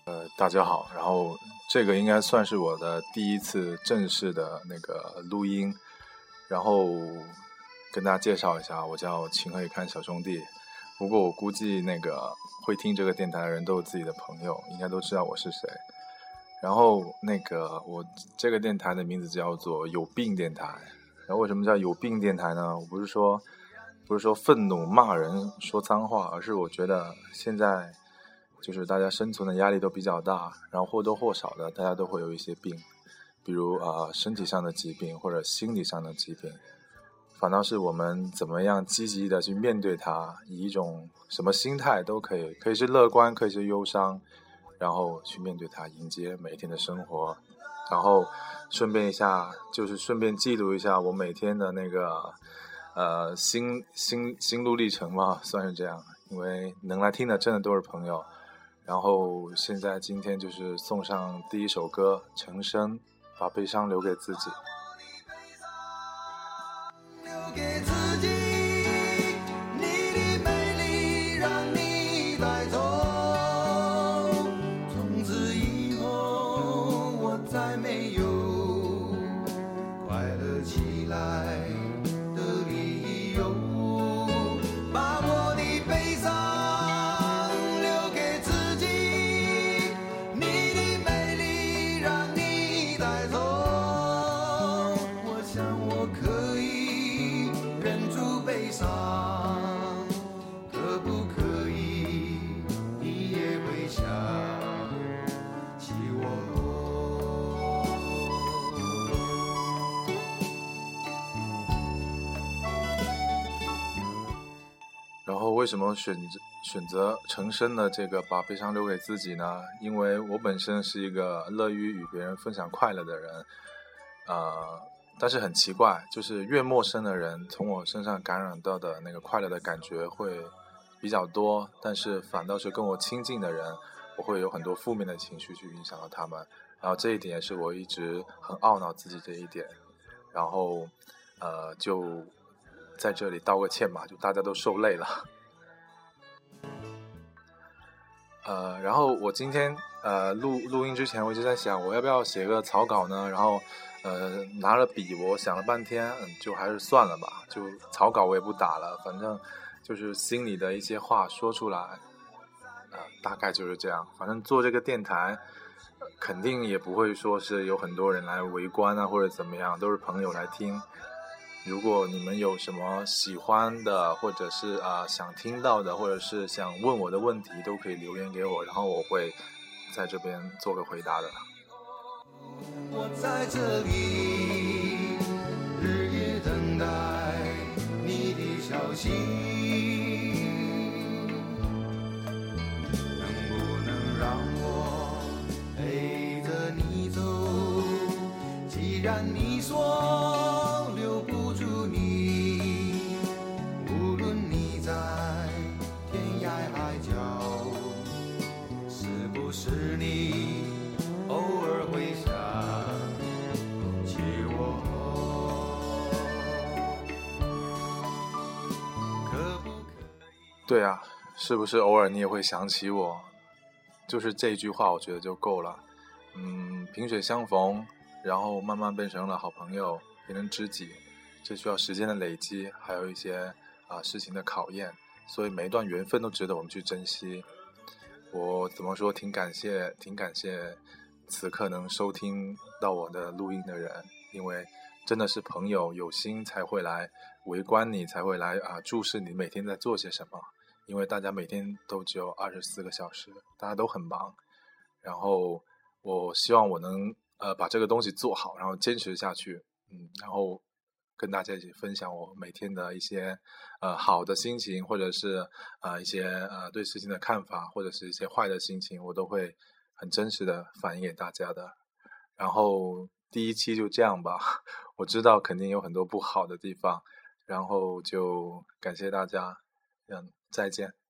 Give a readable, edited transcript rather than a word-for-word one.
大家好，然后这个应该算是我的第一次正式的那个录音，然后跟大家介绍一下，我叫情何以堪小兄弟。不过我估计那个会听这个电台的人都有自己的朋友，应该都知道我是谁。然后那个我这个电台的名字叫做有病电台。然后为什么叫有病电台呢？我不是说愤怒骂人说脏话，而是我觉得现在就是大家生存的压力都比较大，然后或多或少的大家都会有一些病，比如身体上的疾病或者心理上的疾病，反倒是我们怎么样积极的去面对它，以一种什么心态都可以，可以是乐观，可以是忧伤，然后去面对它，迎接每一天的生活。然后顺便记录一下我每天的那个心路历程嘛，算是这样，因为能来听的真的都是朋友。然后今天就是送上第一首歌《陈升》，把悲伤留给自己。然后为什么选择陈升的这个把悲伤留给自己呢？因为我本身是一个乐于与别人分享快乐的人，但是很奇怪，就是越陌生的人从我身上感染到的那个快乐的感觉会比较多，但是反倒是跟我亲近的人，我会有很多负面的情绪去影响到他们，然后这一点也是我一直很懊恼自己这一点，然后就在这里道个歉吧，就大家都受累了。然后我今天录音之前，我一直在想我要不要写个草稿呢？然后拿了笔，我想了半天，就还是算了吧，就草稿我也不打了，反正就是心里的一些话说出来，大概就是这样。反正做这个电台，肯定也不会说是有很多人来围观啊，或者怎么样，都是朋友来听。如果你们有什么喜欢的，或者是想听到的，或者是想问我的问题，都可以留言给我，然后我会在这边做个回答的。 我在这里日夜等待你的消息，能不能让我陪着你走？既然你说留不住你，无论你在天涯海角，是不是你偶尔会想起我？可不可以？ 对啊，是不是偶尔你也会想起我？就是这一句话我觉得就够了。萍水相逢，然后慢慢变成了好朋友，变成知己，这需要时间的累积，还有一些事情的考验，所以每一段缘分都值得我们去珍惜。我怎么说，挺感谢此刻能收听到我的录音的人，因为真的是朋友有心才会来围观你，才会来注视你每天在做些什么，因为大家每天都只有24个小时，大家都很忙，然后我希望我能把这个东西做好，然后坚持下去，然后跟大家一起分享我每天的一些好的心情，或者是一些对事情的看法，或者是一些坏的心情，我都会很真实的反映给大家的。然后第一期就这样吧，我知道肯定有很多不好的地方，然后就感谢大家，再见。